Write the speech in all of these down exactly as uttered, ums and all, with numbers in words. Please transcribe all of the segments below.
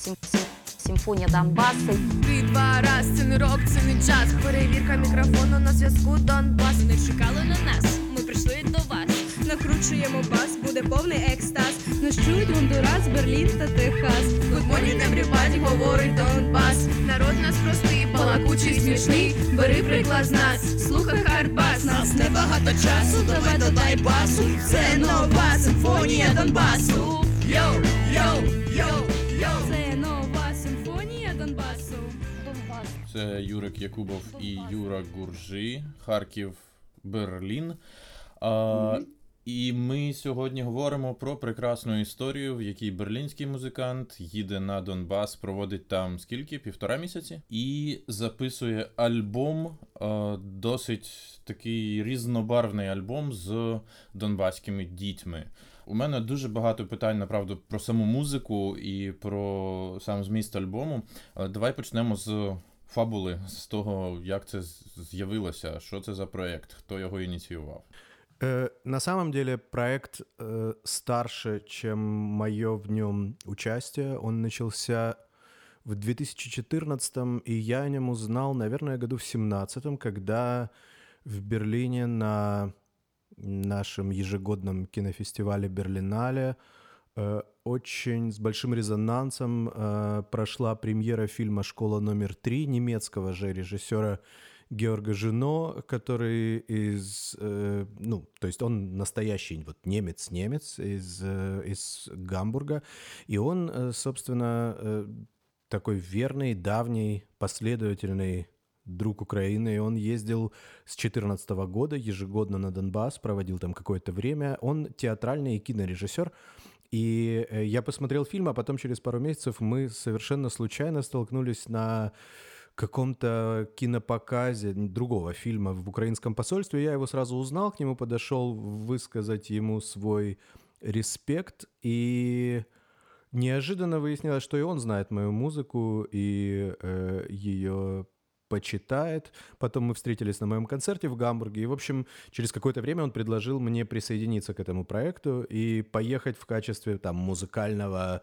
сим- сим- симфонія Донбасу. Три, два, раз, це не рок, це не джаз. Перевірка мікрофону на зв'язку Донбас. Не чекали на нас, ми прийшли до вас. Накручуємо бас, буде повний екстаз. Нас чують Гондурас, Берлін та Техас. Good morning, everybody, говорить Донбас. Народ нас простий, балакучий, смішний. Бери приклад з нас, слухай хардбас. Нас небагато часу, давай додай басу. Це нова симфонія Донбасу. Йоу, йоу, йоу, йоу. Це нова симфонія Донбасу. Донбас. Це Юрик Якубов і Юра Гуржи, Харків, Берлін. А, mm-hmm. І ми сьогодні говоримо про прекрасну історію, в якій берлінський музикант їде на Донбас, проводить там скільки? Півтора місяці? І записує альбом, а, досить такий різнобарвний альбом з донбаськими дітьми. У мене дуже багато питань, направду, про саму музику і про сам зміст альбому. Але давай почнемо з фабули, з того, як це з'явилося, що це за проєкт, хто його ініціював. Э, на самом деле проект э, старше, чем мое в нем участие. Он начался в две тысячи четырнадцатом, и я о нем узнал, наверное, году в семнадцатом, когда в Берлине на нашем ежегодном кинофестивале «Берлинале» э, очень с большим резонансом э, прошла премьера фильма «Школа номер три» немецкого же режиссера Георга Жино, который из, э, ну, то есть он настоящий вот немец-немец из, э, из Гамбурга, и он, э, собственно, э, такой верный, давний, последовательный друг Украины, и он ездил с две тысячи четырнадцатого года ежегодно на Донбасс, проводил там какое-то время. Он театральный и кинорежиссер, и э, я посмотрел фильм, а потом через пару месяцев мы совершенно случайно столкнулись на каком-то кинопоказе другого фильма в украинском посольстве. Я его сразу узнал, к нему подошел высказать ему свой респект, и неожиданно выяснилось, что и он знает мою музыку и э, ее почитает. Потом мы встретились на моем концерте в Гамбурге, и, в общем, через какое-то время он предложил мне присоединиться к этому проекту и поехать в качестве там музыкального,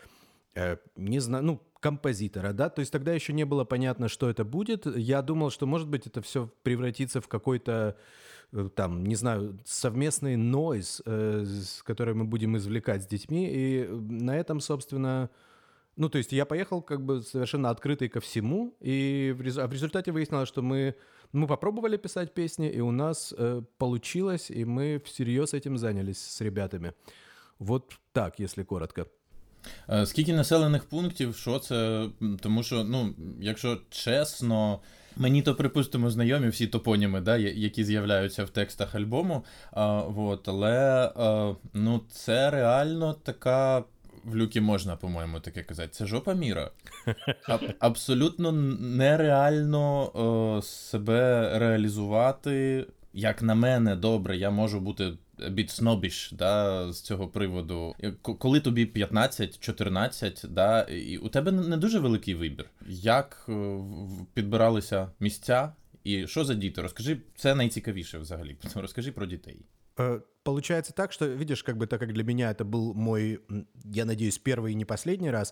э, не знаю, ну, композитора, да, то есть тогда еще не было понятно, что это будет. Я думал, что, может быть, это все превратится в какой-то, там, не знаю, совместный нойз, э, который мы будем извлекать с детьми, и на этом, собственно, ну, то есть я поехал как бы совершенно открытый ко всему, и в, рез... а в результате выяснилось, что мы, мы попробовали писать песни, и у нас э, получилось, и мы всерьез этим занялись с ребятами. Вот так, если коротко. Скільки населених пунктів, що це? Тому що, ну, якщо чесно, мені то, припустимо, знайомі всі топоніми, да, які з'являються в текстах альбому, а, вот, але а, ну, це реально така, в люкі можна, по-моєму, таке казати, це жопа міра. А, абсолютно нереально а, себе реалізувати. Як на мене, добре, я можу бути bit snobbish, да, з цього приводу. Коли тобі п'ятнадцять-чотирнадцять, да, і у тебе не дуже великий вибір. Як підбиралися місця і що за діти? Розкажи, це найцікавіше взагалі. Розкажи про дітей. Получается так, что, видишь, как бы, так как для меня это был мой, я надеюсь, первый и не последний раз,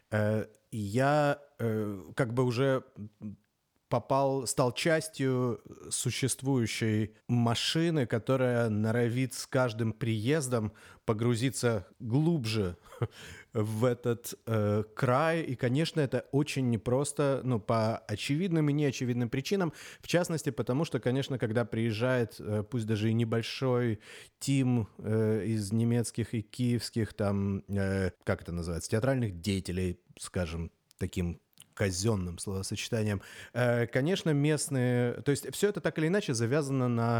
я как бы уже попал, стал частью существующей машины, которая норовит с каждым приездом погрузиться глубже в этот э, край. И, конечно, это очень непросто, ну, по очевидным и неочевидным причинам. В частности, потому что, конечно, когда приезжает, э, пусть даже и небольшой тим э, из немецких и киевских, там, э, как это называется, театральных деятелей, скажем, таким казенным словосочетанием. Конечно, местные... То есть все это так или иначе завязано на,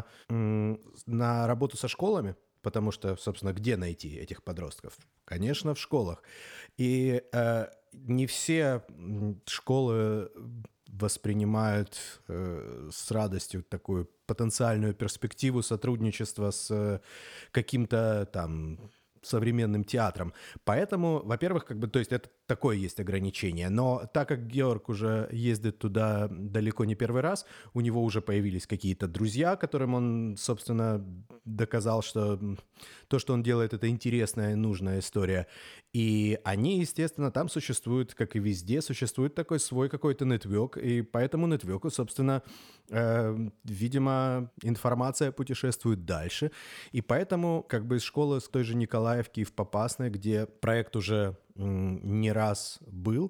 на работу со школами, потому что, собственно, где найти этих подростков? Конечно, в школах. И э, не все школы воспринимают э, с радостью такую потенциальную перспективу сотрудничества с каким-то там современным театром. Поэтому, во-первых, как бы, то есть это такое есть ограничение. Но так как Георг уже ездит туда далеко не первый раз, у него уже появились какие-то друзья, которым он, собственно, доказал, что то, что он делает, это интересная и нужная история. И они, естественно, там существуют, как и везде, существует такой свой какой-то нетворк, и по этому нетворку, собственно, э, видимо, информация путешествует дальше. И поэтому, как бы, из школы с той же Николаевки в Попасной, где проект уже м, не раз был,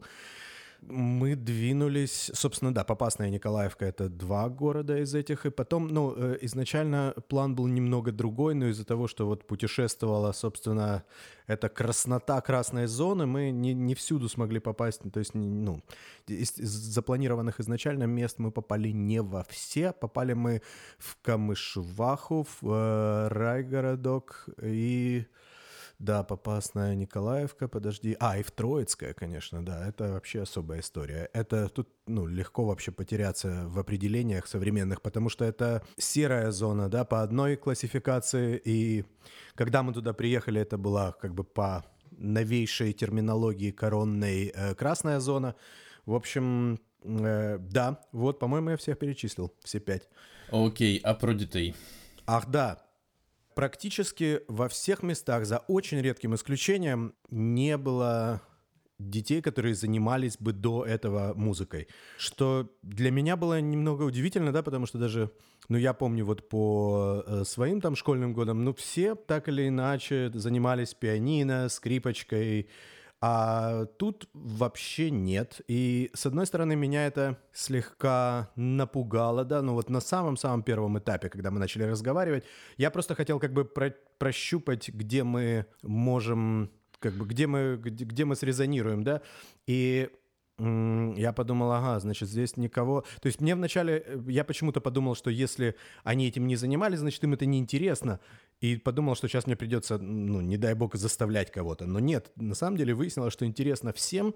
мы двинулись, собственно, да, Попасная и Николаевка — это два города из этих, и потом, ну, э, изначально план был немного другой, но из-за того, что вот путешествовала, собственно, эта краснота красной зоны, мы не, не всюду смогли попасть, то есть, ну, из, из запланированных изначально мест мы попали не во все, попали мы в Камышваху, в э, райгородок и... Да, Попасная, Николаевка, подожди. А, и в Троицкое, конечно, да, это вообще особая история. Это тут, ну, легко вообще потеряться в определениях современных, потому что это серая зона, да, по одной классификации, и когда мы туда приехали, это была как бы по новейшей терминологии коронной э, красная зона. В общем, э, да, вот, по-моему, я всех перечислил, все пять. Окей, а про детей? Ах, да. Практически во всех местах, за очень редким исключением, не было детей, которые занимались бы до этого музыкой. Что для меня было немного удивительно, да, потому что даже, ну, я помню вот по э, своим там школьным годам, ну, все так или иначе занимались пианино, скрипочкой, а тут вообще нет. И, с одной стороны, меня это слегка напугало, да, ну вот на самом-самом первом этапе, когда мы начали разговаривать, я просто хотел как бы про- прощупать, где мы можем, как бы, где мы, где, где мы срезонируем, да, и... Я подумал, ага, значит, здесь никого... То есть мне вначале... Я почему-то подумал, что если они этим не занимались, значит, им это неинтересно. И подумал, что сейчас мне придется, ну, не дай бог, заставлять кого-то. Но нет, на самом деле выяснилось, что интересно всем.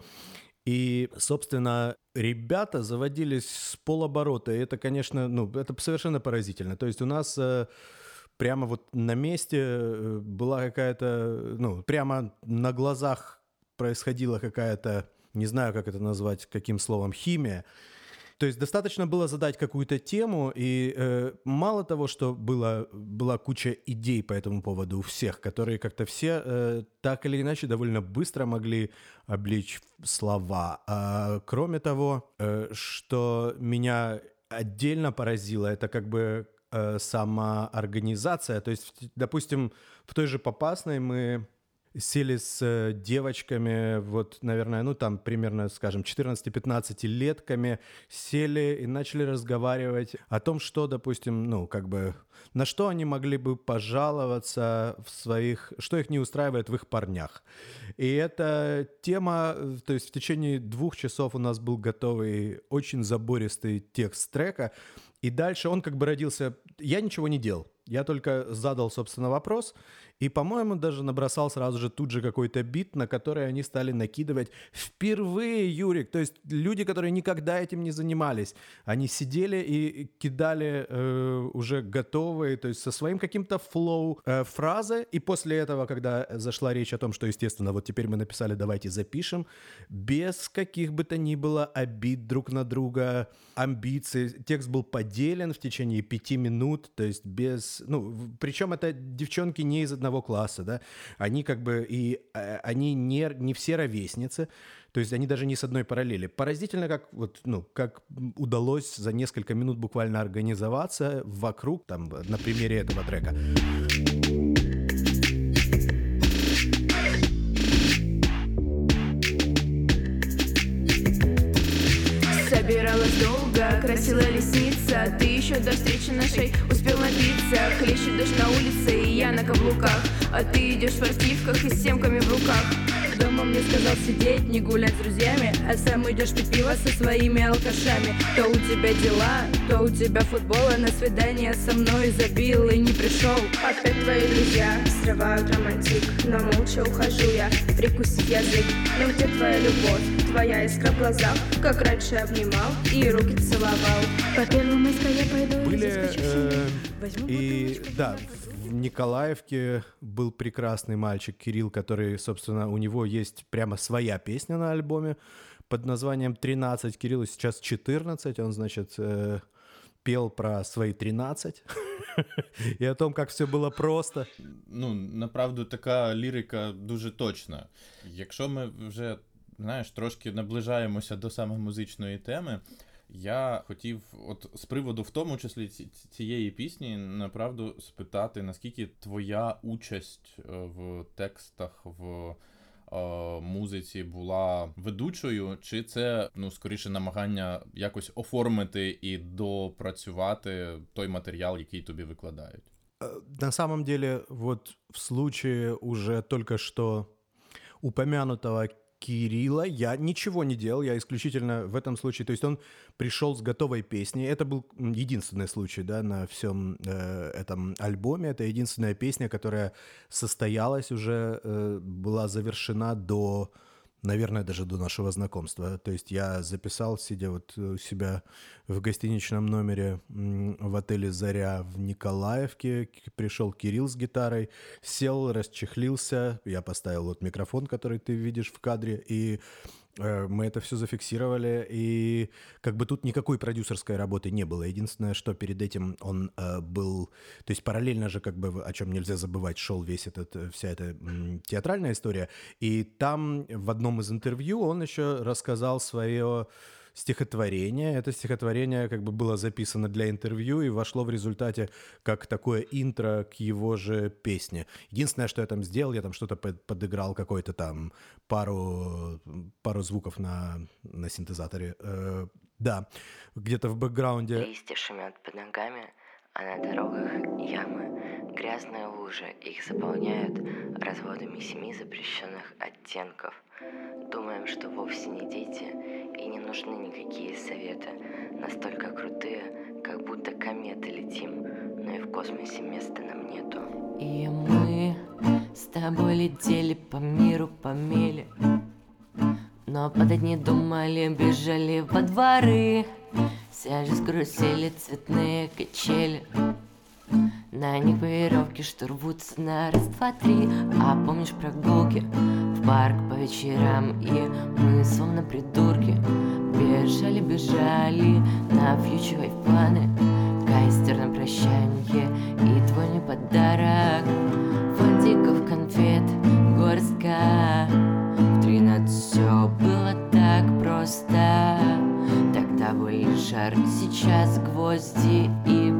И, собственно, ребята заводились с полоборота. И это, конечно, ну, это совершенно поразительно. То есть у нас... Прямо вот на месте была какая-то... Ну, прямо на глазах происходила какая-то... Не знаю, как это назвать, каким словом, химия. То есть достаточно было задать какую-то тему, и э, мало того, что было, была куча идей по этому поводу у всех, которые как-то все э, так или иначе довольно быстро могли облечь в слова. А, кроме того, э, что меня отдельно поразило, это как бы э, самоорганизация. То есть, допустим, в той же Попасной мы... сели с девочками, вот, наверное, ну, там, примерно, скажем, четырнадцати-пятнадцатилетками, сели и начали разговаривать о том, что, допустим, ну, как бы, на что они могли бы пожаловаться в своих, что их не устраивает в их парнях. И эта тема, то есть в течение двух часов у нас был готовый очень забористый текст трека, и дальше он как бы родился... Я ничего не делал, я только задал, собственно, вопрос, и, по-моему, даже набросал сразу же тут же какой-то бит, на который они стали накидывать впервые, Юрик. То есть люди, которые никогда этим не занимались, они сидели и кидали э, уже готовые, то есть со своим каким-то флоу э, фразы, и после этого, когда зашла речь о том, что, естественно, вот теперь мы написали «давайте запишем», без каких бы то ни было обид друг на друга, амбиций, текст был поделен в течение пяти минут, то есть без... Ну, причем это девчонки не из одного класса, да, они как бы и э, они не, не все ровесницы, то есть они даже не с одной параллели. Поразительно, как вот, ну, как удалось за несколько минут буквально организоваться вокруг, там, на примере этого трека. Собиралась долго, красила лестница. Ты еще до встречи нашей успел напиться. Хлещет дождь на улице, и я на каблуках, а ты идешь в спортивках и с семками в руках. Дома мне сказал сидеть, не гулять с друзьями, а сам идешь пить пиво со своими алкашами. То у тебя дела, то у тебя футбол, а на свидание со мной забил и не пришел. Опять твои друзья срывают романтик, но молча ухожу я, прикусив язык. Но где твоя любовь, твоя искра в глазах? Как раньше обнимал и руки целовал. По первому искре я пойду Были, и заскочу в э, Возьму и бутылочку да, вина. в Николаевке был прекрасный мальчик Кирилл, который, собственно, у него есть прямо своя песня на альбоме под названием «тринадцать». Кириллу сейчас четырнадцать, он, значит, э, пел про свои тринадцать і о том, як все було просто. Ну, направду, така лірика дуже точна. Якщо ми вже, знаєш, трошки наближаємося до саме музичної теми, я хотів, от з приводу в тому числі цієї пісні, направду спитати, наскільки твоя участь в текстах, в е, музиці була ведучою, чи це, ну, скоріше намагання якось оформити і допрацювати той матеріал, який тобі викладають? На самом деле, вот в случае уже только что упомянутого Кирилла я ничего не делал, я исключительно в этом случае, то есть он пришел с готовой песней, это был единственный случай, да, на всем э, этом альбоме, это единственная песня, которая состоялась уже, э, была завершена до, наверное, даже до нашего знакомства, то есть я записал, сидя вот у себя в гостиничном номере в отеле «Заря» в Николаевке, пришел Кирилл с гитарой, сел, расчехлился, я поставил вот микрофон, который ты видишь в кадре, и э, мы это все зафиксировали, и как бы тут никакой продюсерской работы не было. Единственное, что перед этим он э, был, то есть параллельно же, как бы, о чем нельзя забывать, шел весь этот, вся эта м, театральная история, и там в одном из интервью он еще рассказал свое стихотворение. Это стихотворение как бы было записано для интервью и вошло в результате как такое интро к его же песне. Единственное, что я там сделал, я там что-то подыграл, какой-то там пару, пару звуков на, на синтезаторе. Э, да, где-то в бэкграунде. Листья шумят под ногами, а на дорогах ямы, грязные лужи, их заполняют разводами семи запрещенных оттенков. Думаем, что вовсе не дети и не нужны никакие советы. Настолько крутые, как будто кометы летим, но и в космосе места нам нету. И мы с тобой летели по миру по миле, но под одни думали, бежали во дворы. Все же сгрузили цветные качели, на них веревки, что рвутся на раз, два, три. А помнишь прогулки в парк по вечерам? И мы, словно придурки, бежали, бежали на фьючевой планы. Кайстер на прощанье и твой мне подарок, фантиков, конфет, горстка. В тринадцать все было так просто. Тогда были жар, сейчас гвозди и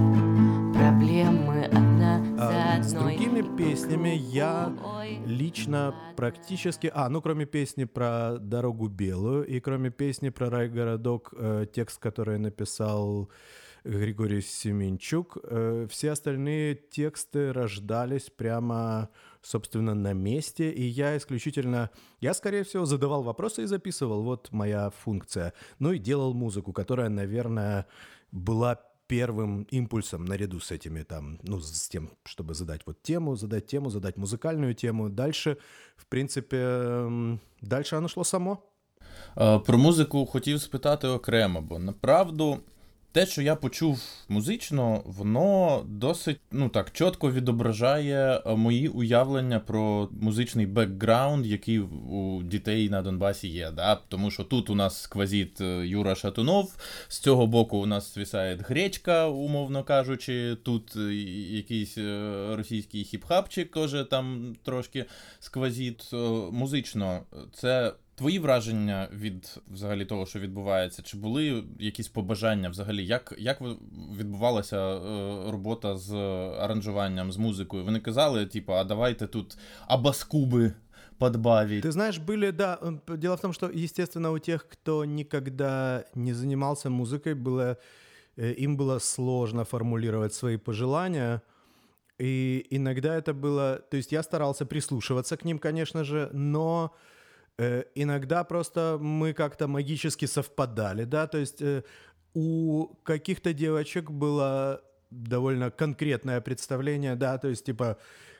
проблемы одна за одной. С другими песнями я лично практически... А, ну кроме песни про «Дорогу белую» и кроме песни про райгородок, э, текст, который написал Григорий Семенчук, э, все остальные тексты рождались прямо, собственно, на месте, и я исключительно... Я, скорее всего, задавал вопросы и записывал, вот моя функция. Ну и делал музыку, которая, наверное, была первым импульсом наряду с этими там, ну, с тем, чтобы задать вот тему, задать тему, задать музыкальную тему. Дальше, в принципе, дальше оно шло само. Про музику хотів спитати окремо, бо направду те, що я почув музично, воно досить, ну так, чітко відображає мої уявлення про музичний бекграунд, який у дітей на Донбасі є, да? Тому що тут у нас сквозить Юра Шатунов, з цього боку у нас свисає Гречка, умовно кажучи, тут якийсь російський хіп-хапчик теж там трошки сквозить. Музично це... Твої враження від взагалі того, що відбувається? Чи були якісь побажання взагалі? Як, як відбувалася е, робота з аранжуванням, з музикою? Вони казали, типу, а давайте тут абаскуби подбавить. Ты знаешь, были, да, дело в том, что, естественно, у тех, кто никогда не занимался музыкой, было, им было сложно формулировать свои пожелания, и иногда это было, то есть я старался прислушиваться к ним, конечно же, но иногда просто мы как-то магически совпадали, да, то есть э, у каких-то девочек было довольно конкретное представление, да, то есть типа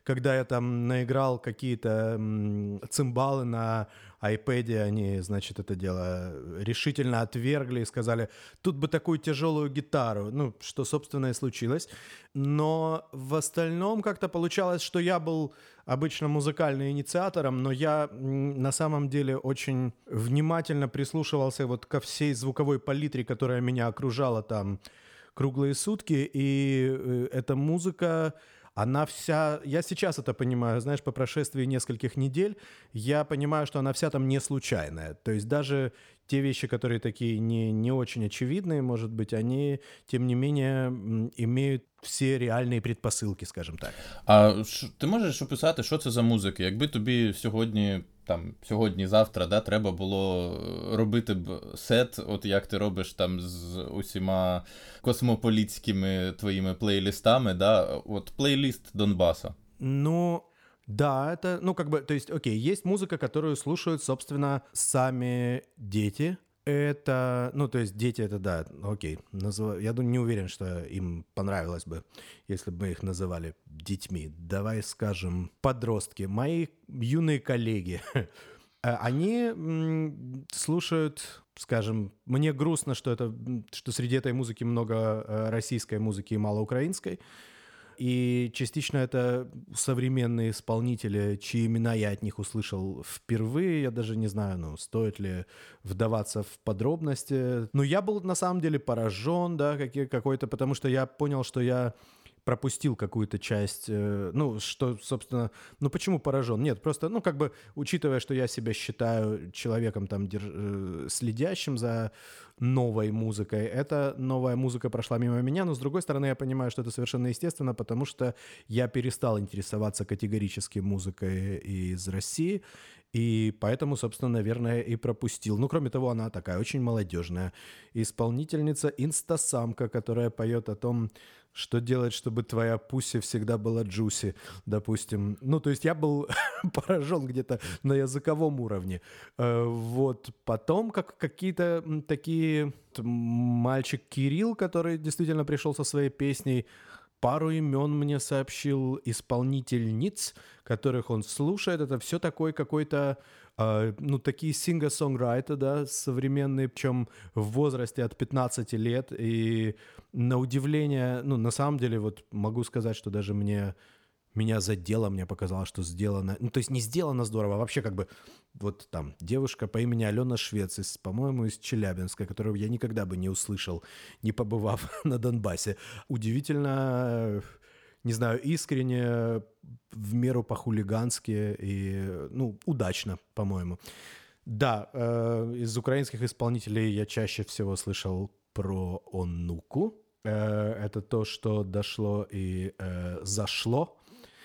когда я там наиграл какие-то м, цимбалы на iPad, они, значит, это дело решительно отвергли и сказали, тут бы такую тяжелую гитару, ну, что, собственно, и случилось. Но в остальном как-то получалось, что я был обычно музыкальным инициатором, но я м, на самом деле очень внимательно прислушивался вот ко всей звуковой палитре, которая меня окружала там круглые сутки, и э, эта музыка... Она вся, я сейчас это понимаю, знаешь, по прошествии нескольких недель, я понимаю, что она вся там не случайная. То есть даже те вещи, которые такие не, не очень очевидные, может быть, они, тем не менее, имеють всі реальні предпосилки, скажімо так. А ш, ти можеш описати, що це за музика? Якби тобі сьогодні, там, сьогодні-завтра, да, треба було робити б сет, от як ти робиш там з усіма космополітськими твоїми плейлистами, да, от плейлист Донбасса. Ну, да, это, ну, как бы, то есть, окей, есть музыка, которую слушают, собственно, сами дети. Это, ну, то есть дети, это, да, окей, назыв... я думаю, не уверен, что им понравилось бы, если бы мы их называли детьми. Давай скажем, подростки, мои юные коллеги, они м, слушают, скажем, мне грустно, что, это, что среди этой музыки много российской музыки и мало украинской. И частично это современные исполнители, чьи имена я от них услышал впервые. Я даже не знаю, ну, стоит ли вдаваться в подробности. Но я был на самом деле поражен, да, какой-то, потому что я понял, что я пропустил какую-то часть, ну, что, собственно, ну, почему поражен? Нет, просто, ну, как бы, учитывая, что я себя считаю человеком, там, держ... следящим за новой музыкой, эта новая музыка прошла мимо меня, но, с другой стороны, я понимаю, что это совершенно естественно, потому что я перестал интересоваться категорически музыкой из России, и поэтому, собственно, наверное, и пропустил. Ну, кроме того, она такая очень молодежная исполнительница, инстасамка, которая поет о том, что делать, чтобы твоя пуся всегда была джуси, допустим. Ну, то есть я был поражен где-то на языковом уровне. Вот. Потом как какие-то такие... Мальчик Кирилл, который действительно пришел со своей песней, пару имен мне сообщил исполнительниц, которых он слушает. Это все такой какой-то, э, ну, такие синга-сонграйтеры, да, современные, причем в возрасте от пятнадцати лет. И на удивление, ну, на самом деле, вот могу сказать, что даже мне... Меня задело, мне показалось, что сделано... Ну, то есть не сделано здорово, а вообще как бы... Вот там девушка по имени Алена Швец, из, по-моему, из Челябинска, которую я никогда бы не услышал, не побывав на Донбассе. Удивительно, не знаю, искренне, в меру по-хулигански и, ну, удачно, по-моему. Да, э, из украинских исполнителей я чаще всего слышал про Онуку. Э, это то, что дошло и э, зашло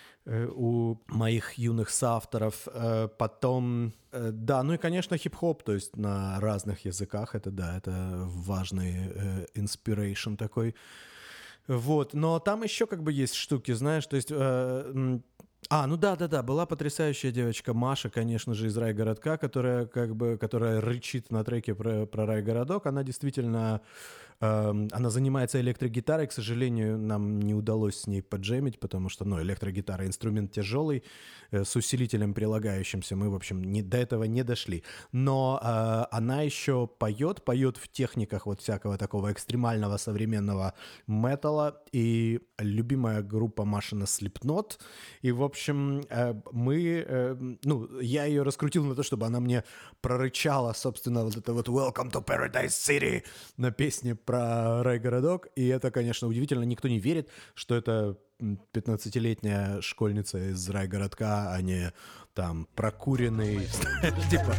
у моих юных соавторов. Потом, да, ну и, конечно, хип-хоп, то есть на разных языках, это, да, это важный inspiration такой. Вот, но там еще как бы есть штуки, знаешь, то есть... А, ну да-да-да, была потрясающая девочка Маша, конечно же, из райгородка, которая как бы, которая рычит на треке про, про райгородок. Она действительно, э, она занимается электрогитарой, к сожалению, нам не удалось с ней поджемить, потому что, ну, электрогитара инструмент тяжелый, э, с усилителем прилагающимся, мы, в общем, не, до этого не дошли. Но э, она еще поет, поет в техниках вот всякого такого экстремального современного металла, и любимая группа Машина Slipknot, и, в общем, мы, ну, я ее раскрутил на то, чтобы она мне прорычала, собственно, вот это вот «Welcome to Paradise City» на песне про райгородок, и это, конечно, удивительно, никто не верит, что это пятнадцатилетняя школьница из райгородка, а не там прокуренный, типа...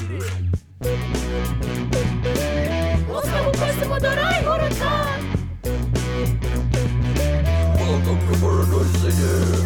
Welcome to Paradise City.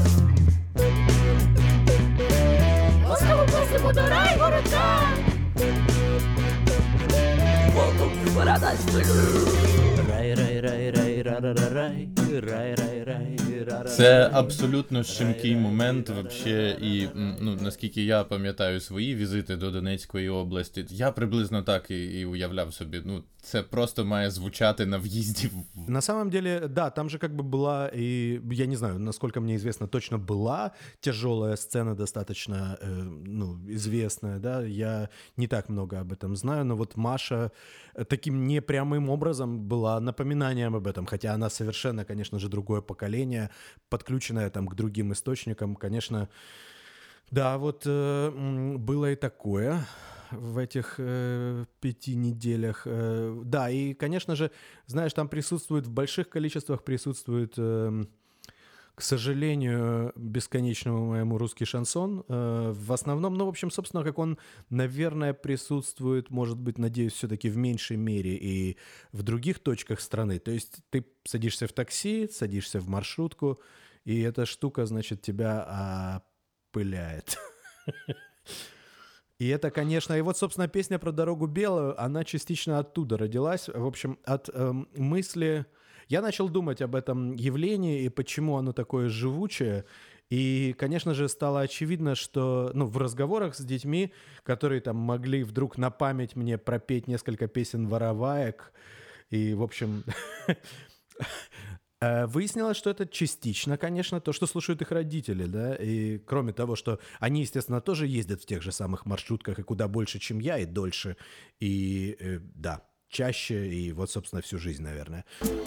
Ласкаво просимо до райгородка. Welcome to Paradise City. Це абсолютно щемкий момент вообще, і ну, наскільки я пам'ятаю свої візити до Донецької області, я приблизно так і, і уявляв собі, ну, це просто має звучати на в'їзді. На самом деле, да, там же как бы была, и я не знаю, насколько мне известно, точно была тяжелая сцена достаточно, э, ну, известная, да, я не так много об этом знаю, но вот Маша таким непрямым образом была напоминанием об этом, хотя она совершенно, конечно же, другое поколение, подключенное там к другим источникам, конечно, да, вот э, было и такое в этих э, пяти неделях. Э, да, и, конечно же, знаешь, там присутствует, в больших количествах присутствует, э, к сожалению, бесконечному моему русский шансон. Э, в основном, ну, в общем, собственно, как он, наверное, присутствует, может быть, надеюсь, все-таки в меньшей мере и в других точках страны. То есть ты садишься в такси, садишься в маршрутку, и эта штука, значит, тебя опыляет. И это, конечно, и вот, собственно, песня про «Дорогу белую», она частично оттуда родилась. В общем, от э, мысли... Я начал думать об этом явлении и почему оно такое живучее. И, конечно же, стало очевидно, что ну, в разговорах с детьми, которые там могли вдруг на память мне пропеть несколько песен вороваек, и, в общем... Выяснилось, что это частично, конечно, то, что слушают их родители, да, и кроме того, что они, естественно, тоже ездят в тех же самых маршрутках и куда больше, чем я, и дольше, и, э, да, чаще, и вот, собственно, всю жизнь, наверное.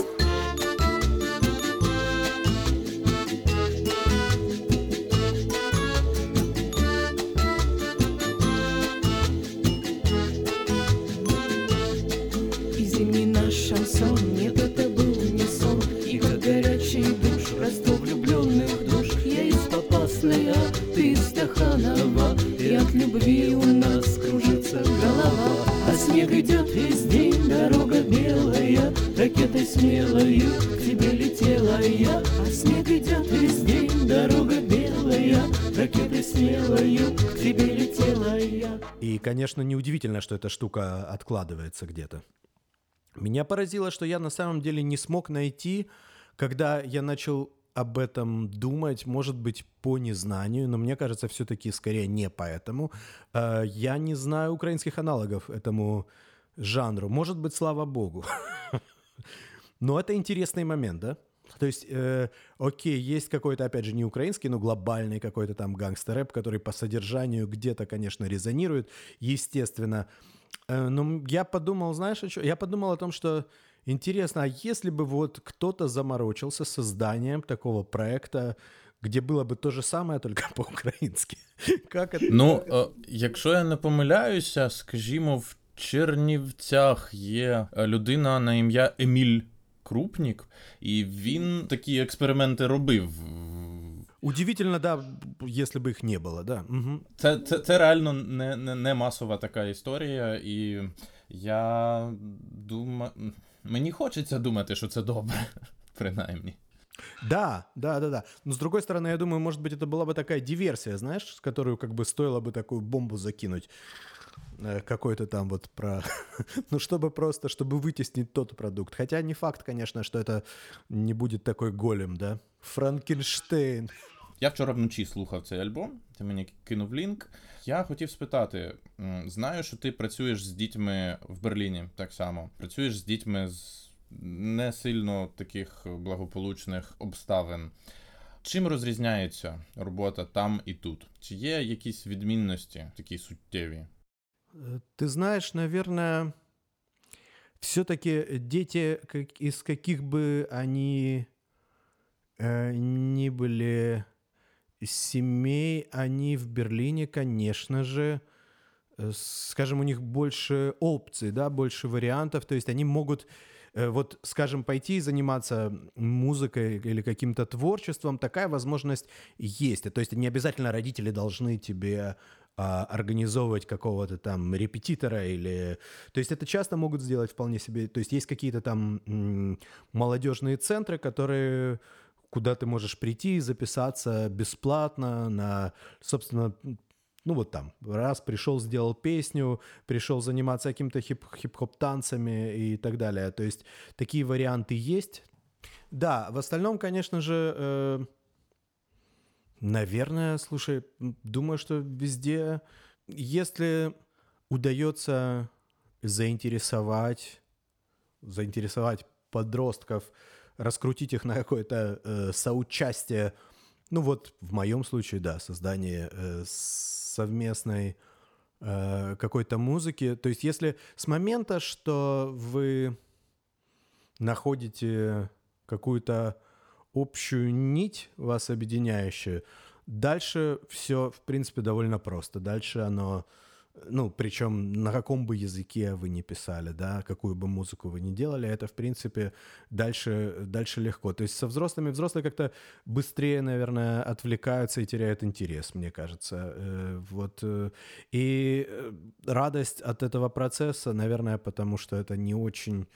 И зимний наш шансон, нет, это был не сон. И как горячий душ, родство влюбленных душ. Я из Попасная, ты из Стаханова, и от любви у нас кружится голова. А снег идет весь день, дорога белая, ракетой смелой к тебе летела я. А снег идет весь день, дорога белая, ракетой смелой к тебе летела я. И, конечно, неудивительно, что эта штука откладывается где-то. Меня поразило, что я на самом деле не смог найти, когда я начал об этом думать, может быть, по незнанию, но мне кажется, все-таки скорее не поэтому. Я не знаю украинских аналогов этому жанру. Может быть, слава богу. Но это интересный момент, да? То есть, э, окей, есть какой-то, опять же, не украинский, но глобальный какой-то там гангстер-рэп, который по содержанию где-то, конечно, резонирует, естественно. Э, но я подумал, знаешь, о чем? Я подумал о том, что интересно, а если бы вот кто-то заморочился с созданием такого проекта, где было бы то же самое, только по-українськи? Как это? Ну, е, якщо я не помиляюся, скажімо, в Чернівцях є людина на ім'я Еміль Крупнік, і він такі експерименти робив. Удивительно, да, если бы их не было, да. Угу. Це, це, це реально не, не, не масова така історія, і я думаю... Мені хочеться думати, що це добре, принаймні. Да, да, да, да. Но с другой стороны, я думаю, может быть, это была бы такая диверсия, знаешь, с которую как бы стоило бы такую бомбу закинуть. Какой-то там вот про... ну, чтобы просто, чтобы вытеснить тот продукт. Хотя не факт, конечно, что это не будет такой голем, да? Франкенштейн. Я вчора вночі слухав цей альбом, ти мені кинув лінк. Я хотів спитати, знаю, що ти працюєш з дітьми в Берліні так само. Працюєш з дітьми з не сильно таких благополучних обставин. Чим розрізняється робота там і тут? Чи є якісь відмінності такі суттєві? Ты знаешь, наверное, все-таки дети, как, из каких бы они э, ни были семей, они в Берлине, конечно же, э, скажем, у них больше опций, да, больше вариантов, то есть они могут, э, вот, скажем, пойти и заниматься музыкой или каким-то творчеством, такая возможность есть, то есть не обязательно родители должны тебе организовывать какого-то там репетитора или... То есть это часто могут сделать вполне себе... То есть есть какие-то там м- молодежные центры, которые... куда ты можешь прийти и записаться бесплатно на, собственно, ну вот там, раз пришел, сделал песню, пришел заниматься каким-то хип- хип-хоп-танцами и так далее. То есть такие варианты есть. Да, в остальном, конечно же, э, наверное, слушай, думаю, что везде, если удается заинтересовать, заинтересовать подростков, раскрутить их на какое-то э, соучастие, ну вот в моем случае, да, создание э, совместной э, какой-то музыки. То есть если с момента, что вы находите какую-то общую нить, вас объединяющую, дальше все, в принципе, довольно просто. Дальше оно, ну, причем на каком бы языке вы ни писали, да, какую бы музыку вы ни делали, это, в принципе, дальше, дальше легко. То есть со взрослыми взрослые как-то быстрее, наверное, отвлекаются и теряют интерес, мне кажется. Вот. И радость от этого процесса, наверное, потому что это не очень...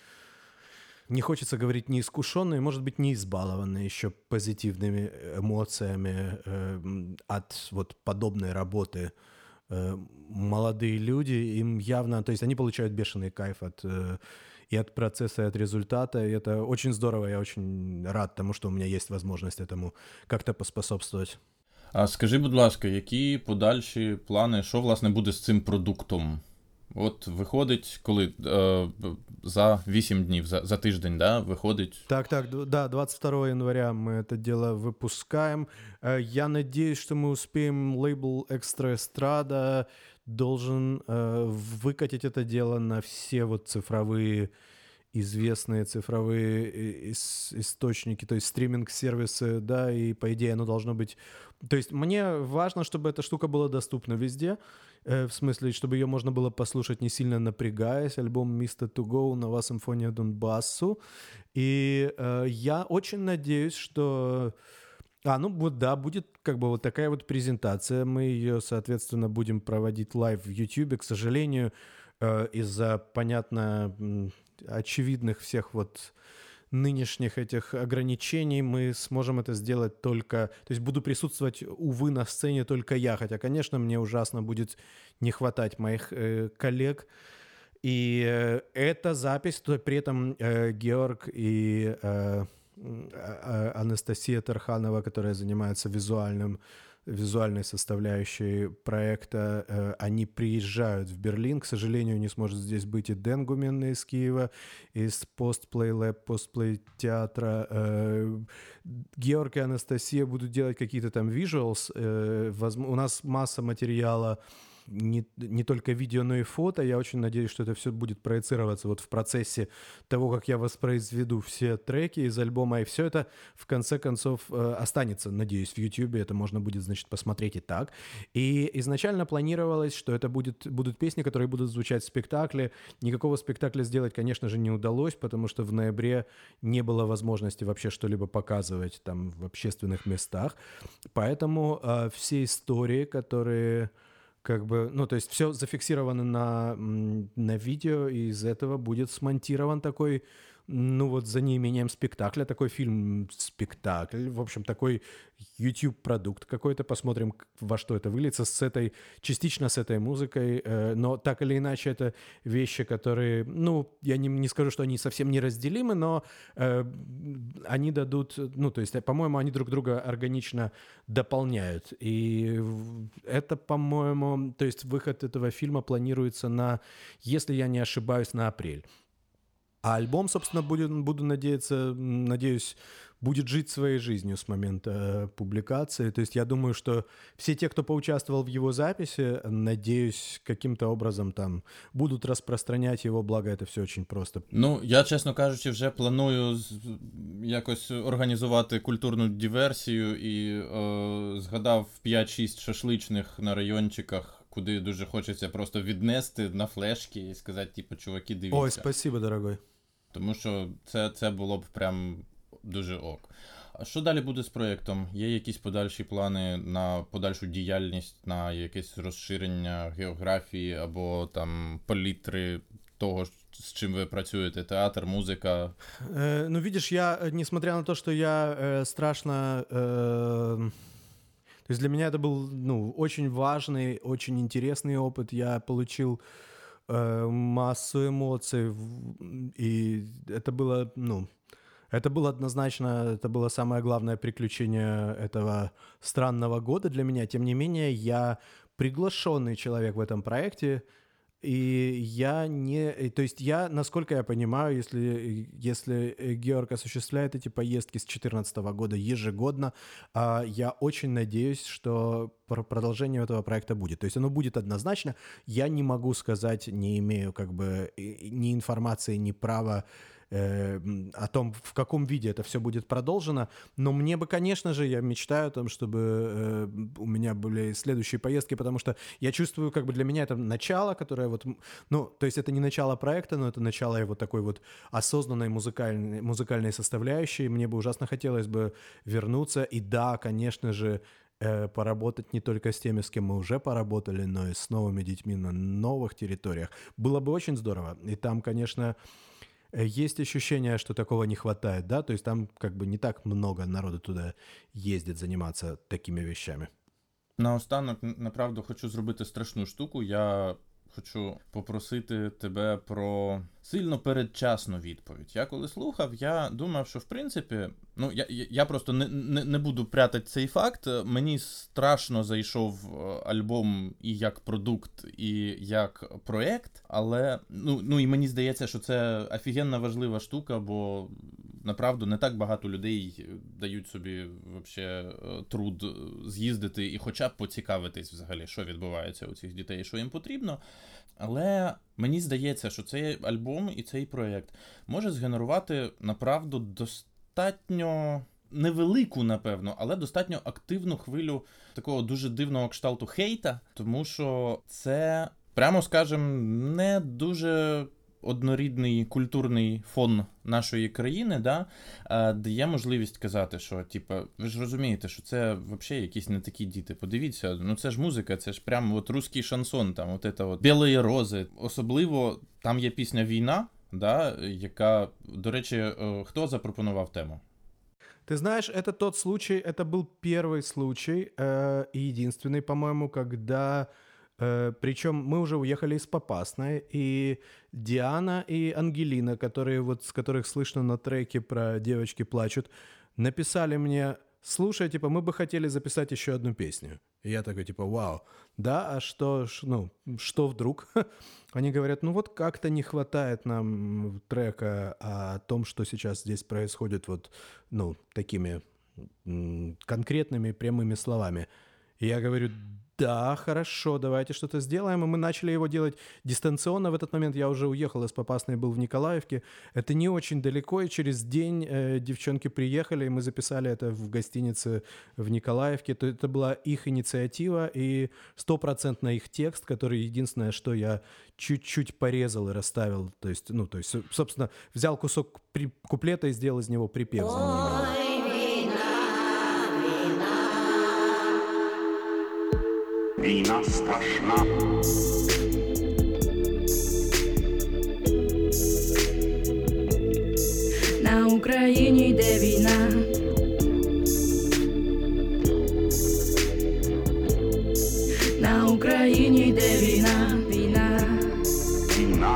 Не хочется говорить неискушенные, может быть, не избалованные еще позитивными эмоциями э, от вот подобной работы э, молодые люди, им явно, то есть они получают бешеный кайф от, э, и от процесса, и от результата, и это очень здорово, я очень рад тому, що у мене є можливість этому как-то поспособствовать. А скажи, будь ласка, які подальші плани, що, власне, буде з цим продуктом? От виходить, коли е, за вісім днів, за, за тиждень, да, виходить... Так, так, да, двадцать второго января мы это дело выпускаем. Я надеюсь, что мы успеем. Лейбл «Экстра Эстрада» должен э, выкатить это дело на все вот цифровые, известные цифровые ис- источники, то есть стриминг-сервисы, да, и, по идее, оно должно быть... То есть мне важно, чтобы эта штука была доступна везде, э, в смысле, чтобы ее можно было послушать, не сильно напрягаясь. Альбом «Мистер To Go», «Нова симфония Донбассу». И э, я очень надеюсь, что... А, ну вот да, будет как бы вот такая вот презентация. Мы ее, соответственно, будем проводить лайв в YouTube. К сожалению, э, из-за, понятно, очевидных всех вот нынешних этих ограничений мы сможем это сделать только... То есть буду присутствовать, увы, на сцене только я. Хотя, конечно, мне ужасно будет не хватать моих э, коллег. И э, эта запись, то при этом э, Георг и... Э, Анастасия Тарханова, которая занимается визуальным, визуальной составляющей проекта, они приезжают в Берлин. К сожалению, не сможет здесь быть и Дэн Гуменный из Киева, из Postplay Lab, Postplay театра. Георг и Анастасия будут делать какие-то там visuals. У нас масса материала, Не, не только видео, но и фото. Я очень надеюсь, что это все будет проецироваться вот в процессе того, как я воспроизведу все треки из альбома, и все это в конце концов э, останется, надеюсь, в YouTube. Это можно будет, значит, посмотреть и так. И изначально планировалось, что это будет, будут песни, которые будут звучать в спектакле. Никакого спектакля сделать, конечно же, не удалось, потому что в ноябре не было возможности вообще что-либо показывать там в общественных местах. Поэтому э, все истории, которые... Как бы, ну, то есть все зафиксировано на, на видео, и из этого будет смонтирован такой, ну, вот за неимением спектакля, такой фильм-спектакль, в общем, такой YouTube-продукт какой-то, посмотрим, во что это выльется, с этой, частично с этой музыкой, э, но так или иначе это вещи, которые, ну, я не, не скажу, что они совсем неразделимы, но э, они дадут, ну, то есть, по-моему, они друг друга органично дополняют, и это, по-моему, то есть выход этого фильма планируется на, если я не ошибаюсь, на апрель. А альбом, собственно, будет, буду надеяться, надеюсь, будет жить своей жизнью с момента э, публикации. То есть я думаю, что все те, кто поучаствовал в его записи, надеюсь, каким-то образом там будут распространять его, благо это все очень просто. Ну, я, чесно кажучи, вже планую якось організувати культурну диверсію і е, згадав п'ять-шість шашличних на райончиках, куди дуже хочеться просто віднести на флешки і сказати, типу, чуваки, дивіться. Ой, спасибо, дорогой. Тому що це, це було б прям дуже ок. А що далі буде з проєктом? Є якісь подальші плани на подальшу діяльність, на якесь розширення географії або там палітри того, с чем вы працюете? Театр, музыка? Э, ну, видишь, я, несмотря на то, что я э, страшно... Э, То есть для меня это был, ну, очень важный, очень интересный опыт. Я получил э, массу эмоций, и это было, ну, это было однозначно, это было самое главное приключение этого странного года для меня. Тем не менее, я приглашенный человек в этом проекте, и я не... То есть я, насколько я понимаю, если, если Георг осуществляет эти поездки с две тысячи четырнадцатого года ежегодно, я очень надеюсь, что продолжение этого проекта будет. То есть оно будет однозначно. Я не могу сказать, не имею как бы ни информации, ни права о том, в каком виде это все будет продолжено, но мне бы, конечно же, я мечтаю о том, чтобы э, у меня были следующие поездки, потому что я чувствую, как бы для меня это начало, которое вот, ну, то есть это не начало проекта, но это начало его такой вот осознанной музыкальной, музыкальной составляющей. Мне бы ужасно хотелось бы вернуться, и да, конечно же, э, поработать не только с теми, с кем мы уже поработали, но и с новыми детьми на новых территориях. Было бы очень здорово, и там, конечно... Есть ощущение, что такого не хватает, да? То есть там как бы не так много народу туда ездит заниматься такими вещами. Наостанок, направду, хочу зробити страшну штуку. Я хочу попросити тебе про сильно передчасну відповідь. Я коли слухав, я думав, що в принципі, ну, я, я просто не, не, не буду прятати цей факт. Мені страшно зайшов альбом і як продукт, і як проєкт, але, ну, ну і мені здається, що це офігенно важлива штука, бо, направду, не так багато людей дають собі вообще труд з'їздити і хоча б поцікавитись взагалі, що відбувається у цих дітей, що їм потрібно. Але мені здається, що цей альбом і цей проєкт може згенерувати, направду, достатньо невелику, напевно, але достатньо активну хвилю такого дуже дивного кшталту хейта, тому що це, прямо скажем, не дуже однорідний культурний фон нашої країни, да, де є можливість казати, що, типа, ви ж розумієте, що це взагалі якісь не такі діти. Подивіться, ну це ж музика, це ж прямо от русський шансон, там, от це от білої рози. Особливо там є пісня «Війна», да, яка, до речі, хто запропонував тему? Ты знаешь, это тот случай, это был первый случай, э, и единственный, по-моему, когда... Э, причем мы уже уехали из Попасной, и Диана и Ангелина, которые вот, с которых слышно на треке про «Девочки плачут», написали мне: слушай, типа, мы бы хотели записать еще одну песню. И я такой, типа, вау, да, а что, ну, что вдруг? Они говорят, ну вот как-то не хватает нам трека о том, что сейчас здесь происходит, вот, ну, такими м- конкретными прямыми словами. И я говорю, да, хорошо, давайте что-то сделаем. И мы начали его делать дистанционно. В этот момент я уже уехал из Попасной, был в Николаевке. Это не очень далеко, и через день э, девчонки приехали, и мы записали это в гостинице в Николаевке. То это была их инициатива и стопроцентно их текст, который единственное, что я чуть-чуть порезал и расставил. То есть, ну, то есть, собственно, взял кусок при... куплета и сделал из него припев за ними. Війна страшна. На Україні йде війна. На Україні йде війна. Війна. Війна.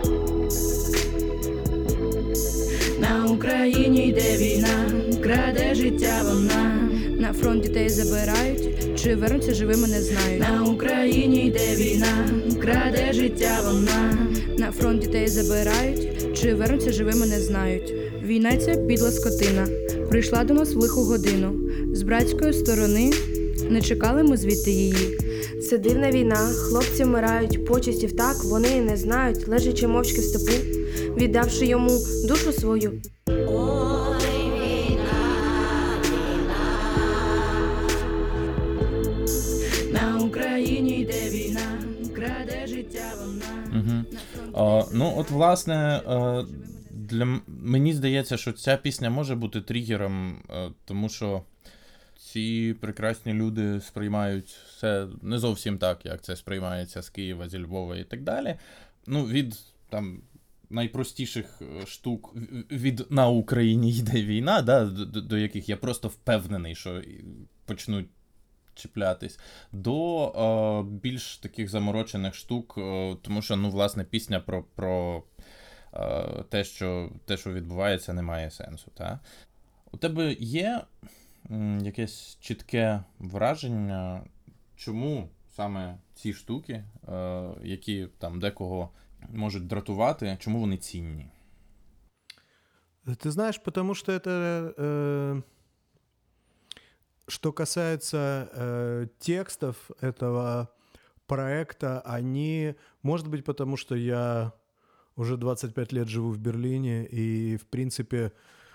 На Україні йде війна. Краде життя вона. На фронт дітей забирають. Чи вернуться живими, не знають. На Україні йде війна, краде життя вона. На фронт дітей забирають, чи вернуться живими, не знають. Війна ця підла скотина, прийшла до нас в лиху годину. З братської сторони не чекали ми звідти її. Це дивна війна, хлопці вмирають, почестів так вони і не знають, лежачи мовчки в степу, віддавши йому душу свою. Угу. О, ну, от, власне, для мені здається, що ця пісня може бути тригером, тому що ці прекрасні люди сприймають все не зовсім так, як це сприймається з Києва, зі Львова і так далі. Ну, від там найпростіших штук, від «на Україні йде війна», да, до, до яких я просто впевнений, що почнуть чіплятись, до е, більш таких заморочених штук, е, тому що, ну, власне, пісня про, про е, те, що, те, що відбувається, не має сенсу. Та? У тебе є м, якесь чітке враження, чому саме ці штуки, е, які там декого можуть дратувати, чому вони цінні? Ты знаешь, потому что это, э, что касается э, текстов этого проекта, они, может быть, потому что я уже двадцать пять лет живу в Берлине, и, в принципе,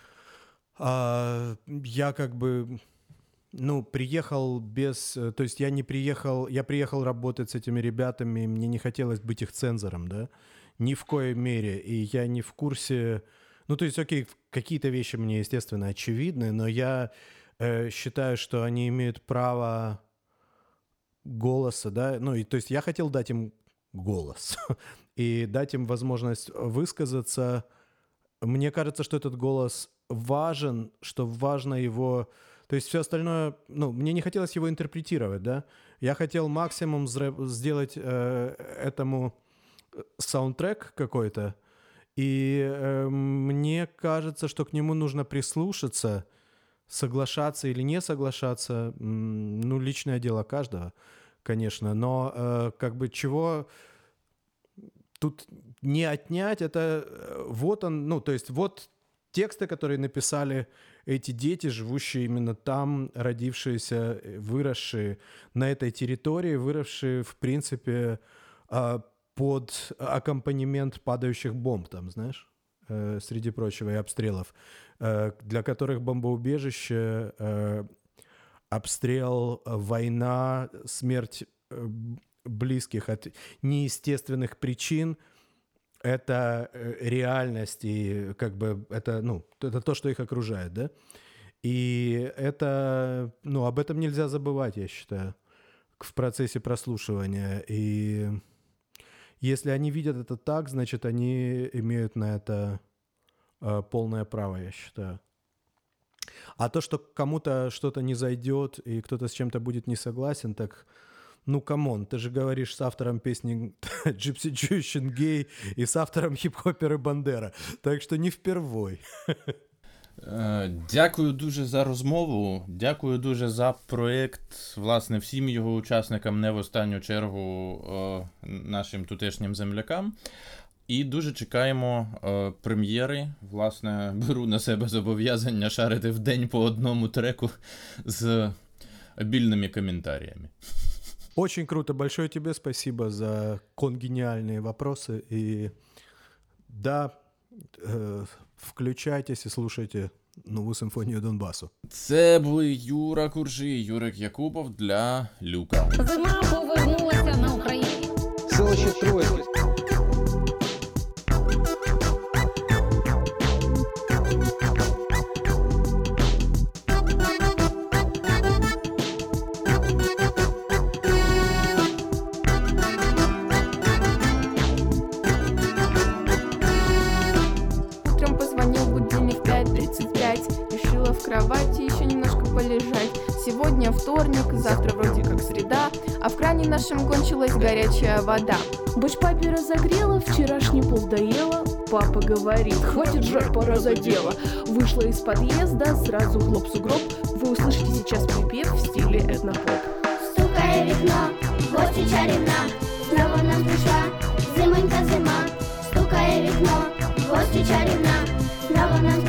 э, я как бы, ну, приехал без, то есть я не приехал, я приехал работать с этими ребятами, и мне не хотелось быть их цензором, да, ни в коей мере, и я не в курсе. Ну, то есть, окей, какие-то вещи мне, естественно, очевидны, но я э, считаю, что они имеют право голоса, да, ну, и, то есть я хотел дать им голос и дать им возможность высказаться. Мне кажется, что этот голос важен, что важно его... То есть все остальное... Ну, мне не хотелось его интерпретировать, да. Я хотел максимум сделать э, этому саундтрек какой-то, и э, мне кажется, что к нему нужно прислушаться, соглашаться или не соглашаться. Ну, личное дело каждого, конечно. Но э, как бы чего тут не отнять, это вот он, ну, то есть вот тексты, которые написали эти дети, живущие именно там, родившиеся, выросшие на этой территории, выросшие, в принципе, э, под аккомпанемент падающих бомб, там, знаешь, э, среди прочего, и обстрелов, э, для которых бомбоубежище, э, обстрел, война, смерть э, близких от неестественных причин — это реальность, и как бы это, ну, это то, что их окружает, да? И это, ну, об этом нельзя забывать, я считаю, в процессе прослушивания. И если они видят это так, значит, они имеют на это э, полное право, я считаю. А то, что кому-то что-то не зайдет и кто-то с чем-то будет не согласен, так, ну, камон, ты же говоришь с автором песни Gypsy Jewish and Gay и с автором хип-хопера Бандера, так що не впервой. Дякую дуже за розмову, дякую дуже за проєкт, власне, всім його учасникам, не в останню чергу нашим тутешнім землякам. І дуже чекаємо прем'єри, власне, беру на себе зобов'язання шарити в день по одному треку з обільними коментарями. Очень круто, большое тебе спасибо за конгениальные вопросы. И да, э, включайтесь и слушайте нову симфонію Донбасу. Це були Юра Куржи і Юрик Якубов для Люка. Зима повернулася на Україну. Селище Троїцьке. Сегодня вторник, завтра вроде как среда, а в кране нашем кончилась горячая вода. Дочь папе разогрела, вчерашний плов доела. Папа говорит, хватит жар, пора за дело. Вышла из подъезда, сразу хлоп-сугроб. Вы услышите сейчас припев в стиле этнопоп. Стукає вікно, гостю чарівна, знову нам прийшла зимонька зима. Стукає вікно, гостю чарівна, знову нам